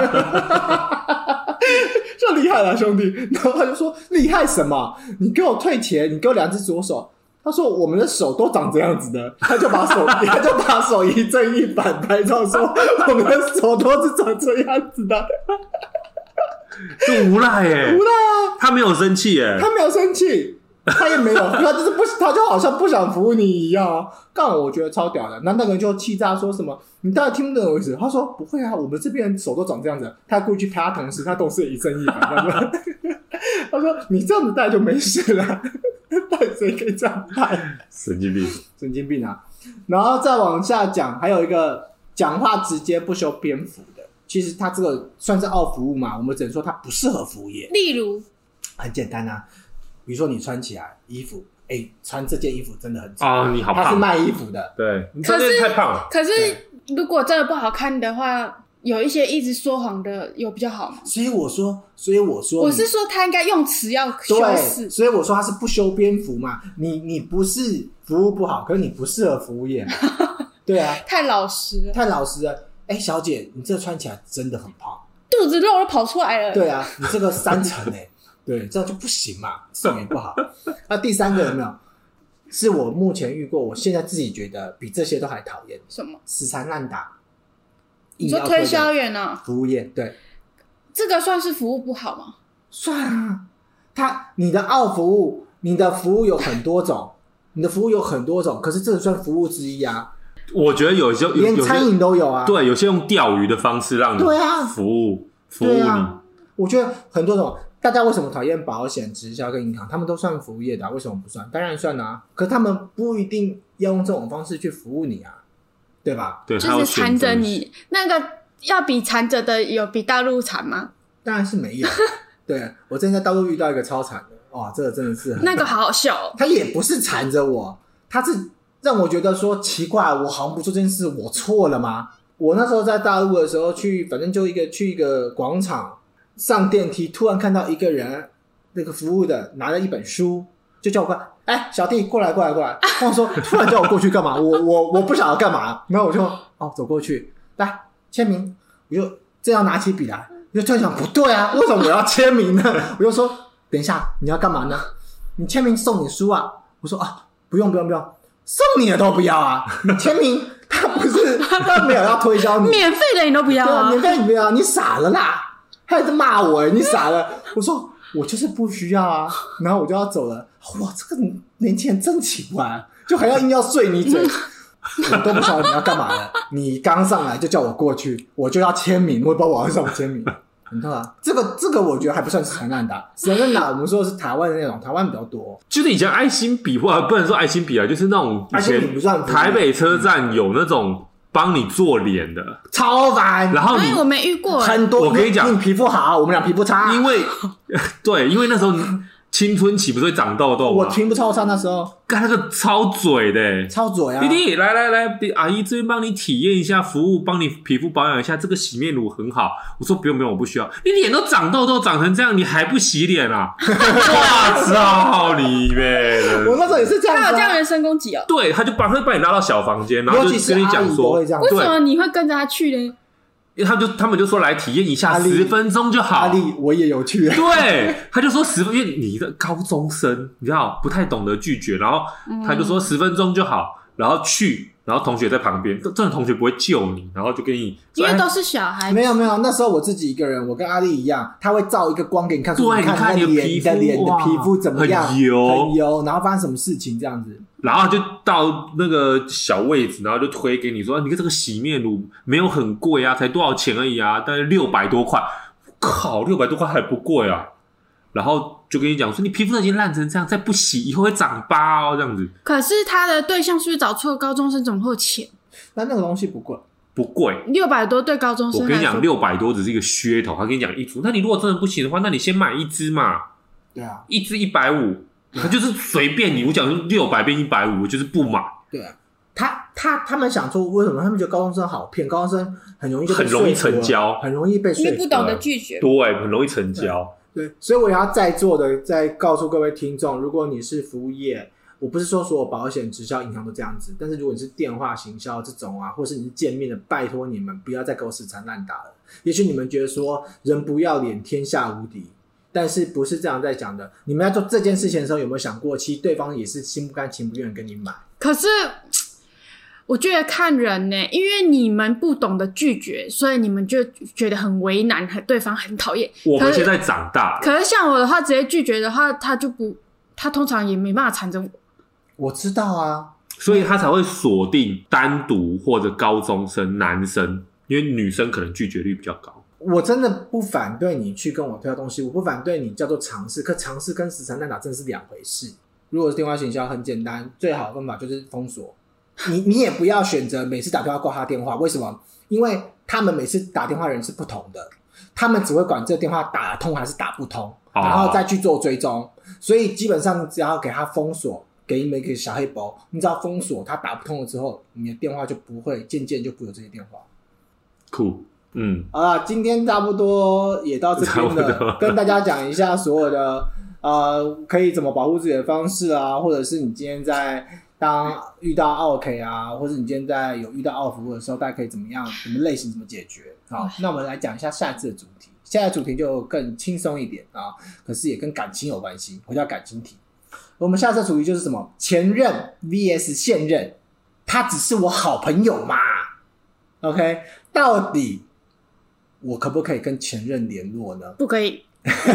这厉害了，兄弟！然后他就说：“厉害什么？你给我退钱，你给我两只左手。”他说：“我们的手都长这样子的。”他就把手，他就把手一正一反拍照说：“我们的手都是长这样子的。” 是无赖耶， 无赖啊！ 他没有生气耶， 他没有生气，他也没有，他就是不，他就好像不想服务你一样啊。刚好我觉得超屌的，那那个人就气炸说什么：“你当然听不懂我意思。”他说：“不会啊，我们这边人手都长这样子。”他故意去拍他同事，他同事也一正一反。他说：“你这样子带就没事了，带谁可以这样带？ 神经病， 神经病啊！”然后再往下讲，还有一个讲话直接不修边幅的，其实他这个算是奥服务嘛，我们只能说他不适合服务业。 例如， 很简单啊，比如说你穿起来衣服。哎、欸，穿这件衣服真的很丑啊、哦！你好胖， 他是卖衣服的， 对，你这件太胖了。 可是如果真的不好看的话，有一些一直说谎的有比较好吗？ 所以我说，所以我说， 我是说他应该用词要修饰。 所以我说他是不修边幅嘛。你你不是服务不好，可是你不适合服务业嘛。对啊， 太老实了， 太老实了。哎、欸，小姐，你这穿起来真的很胖， 肚子肉都跑出来了。 对啊，你这个三层哎、欸。对，这样就不行嘛，这样也不好。那第三个有没有？是我目前遇过，我现在自己觉得比这些都还讨厌。 什么？ 死缠烂打。 你说推销员啊？ 服务业，对。 这个算是服务不好吗？ 算啊，他你的奥服务，你的服务有很多种，你的服务有很多种，可是这个算服务之一啊。 我觉得有些连餐饮都有啊。 对，有些用钓鱼的方式让你对啊服务服务你、 啊。我觉得很多种。大家为什么讨厌保险、直销跟银行？他们都算服务业的、啊，为什么不算？当然算啊，可是他们不一定要用这种方式去服务你啊，对吧？ 对， 就是缠着你。那个要比缠着的有比大陆惨吗？ 当然是没有。对，我之前在大陆遇到一个超惨的，哇，这个真的是很那个好好笑哦。 他也不是缠着我，他是让我觉得说奇怪，我好像不做这件事，我错了吗？我那时候在大陆的时候去，反正就一个去一个广场。上电梯突然看到一个人那个服务的拿了一本书，就叫我过来， 哎、欸，小弟过来过来过来，跟我说突然叫我过去干嘛？我我我不晓得干嘛，然后我就哦走过去来签名，我就这样拿起笔来，我就突然想不对啊，为什么我要签名呢？我就说等一下你要干嘛呢？你签名送你书啊？我说啊不用不用不用，送你的都不要啊，你签名他不是他没有要推销你， 免费的你都不要啊， 免费你不要，你傻了啦，他还在骂我哎、欸，你傻了，我说。我就是不需要啊，然后我就要走了。哇，这个年轻人真奇怪，就还要硬要碎你嘴，我都不晓得你要干嘛了。你刚上来就叫我过去，我就要签名，我也不知道我要上签名。你知道吗？这个这个我觉得还不算死缠烂打，死缠烂打我们说的是台湾的那种，台湾比较多。 就是以前爱心笔，或不能说爱心笔啊，就是那种以前台北车站有那种。帮你做脸的超烦， 然后你、 欸、我没遇过很多。 我跟你讲， 你皮肤好，我们俩皮肤差， 因为对，因为那时候青春期不是会长痘痘吗？ 我皮肤超差那时候， 干那个超嘴的、欸， 超嘴啊！ 弟弟，来来来，阿姨这边帮你体验一下服务，帮你皮肤保养一下，这个洗面乳很好。我说不用不用，我不需要。你脸都长痘痘长成这样，你还不洗脸啊？我操你妹！ 我那时候也是这样子、啊， 他有这样人身攻击哦。 对，他就把他把你拉到小房间，然后就跟你讲说， 为什么你会跟着他去呢？ 因为他就他们就说来体验一下，十分钟就好。 阿丽，我也有去。 对，他就说十分，因为你的高中生，你知道不太懂得拒绝，然后他就说十分钟就好，然后去，然后同学在旁边，这种同学不会救你，然后就跟你， 因为都是小孩。 没有没有，那时候我自己一个人，我跟阿丽一样，他会照一个光给你看， 对， 你看你的脸，你的脸的皮肤怎么样， 很油， 很油，然后发生什么事情这样子。 然后就到那个小位置，然后就推给你说，你看这个洗面乳没有很贵啊，才多少钱而已啊，大概六百多块。靠，六百多块还不贵啊。然后就跟你讲说，你皮肤都已经烂成这样，再不洗以后会长疤哦，这样子。 可是他的对象是不是找错高中生，怎么会有钱？ 但那个东西不贵， 不贵， 六百多对高中生来说。 我跟你讲，六百多只是一个噱头。他跟你讲一组，那你如果真的不行的话，那你先买一支嘛。 对啊， 一支一百五。他就是随便你，我讲六百变一百五，我就是不买。 对啊，他他他们想说，为什么他们觉得高中生好骗？高中生很容易就被很容易成交， 很容易被说服， 你不懂得拒绝， 对，很容易成交。 对，对所以我要在座的再告诉各位听众，如果你是服务业，我不是说所有保险、直销、银行都这样子，但是如果你是电话行销这种啊，或是你是见面的，拜托你们不要再给我死缠烂打了。也许你们觉得说人不要脸，天下无敌。但是不是这样在讲的？你们在做这件事情的时候，有没有想过，其实对方也是心不甘情不愿跟你买？ 可是我觉得看人呢，因为你们不懂得拒绝，所以你们就觉得很为难，对方很讨厌。 我们现在长大了， 可是像我的话，直接拒绝的话，他就不，他通常也没办法缠着我。 我知道啊， 所以他才会锁定单独或者高中生男生，因为女生可能拒绝率比较高。 我真的不反对你去跟我推销东西，我不反对你叫做尝试，可尝试跟死缠烂打真的是两回事。如果是电话行销，很简单，最好的方法就是封锁。你你也不要选择每次打电话挂他电话，为什么？因为他们每次打电话的人是不同的，他们只会管这个电话打通还是打不通，然后再去做追踪。所以基本上只要给他封锁，给你们一个小黑包，你只要封锁他打不通了之后，你的电话就不会渐渐就不会有这些电话。 酷。嗯， 好啦，今天差不多也到这边了，跟大家讲一下所有的呃可以怎么保护自己的方式啊，或者是你今天在当遇到奥 K 啊，或者你今天在有遇到奥服务的时候，大家可以怎么样，什么类型怎么解决？好，那我们来讲一下下一次的主题。现在主题就更轻松一点啊，可是也跟感情有关系，回到感情题。我们下次的主题就是什么？前任 V S 现任，他只是我好朋友嘛 ？OK， 到底我可不可以跟前任联络呢？ 不可以。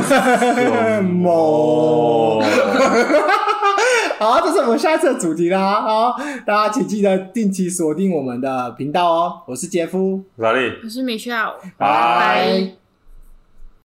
某好，这是我们下一次的主题啦。好，大家请记得定期锁定我们的频道哦。我是杰夫， 哪里？ 我是 Michelle， 拜拜。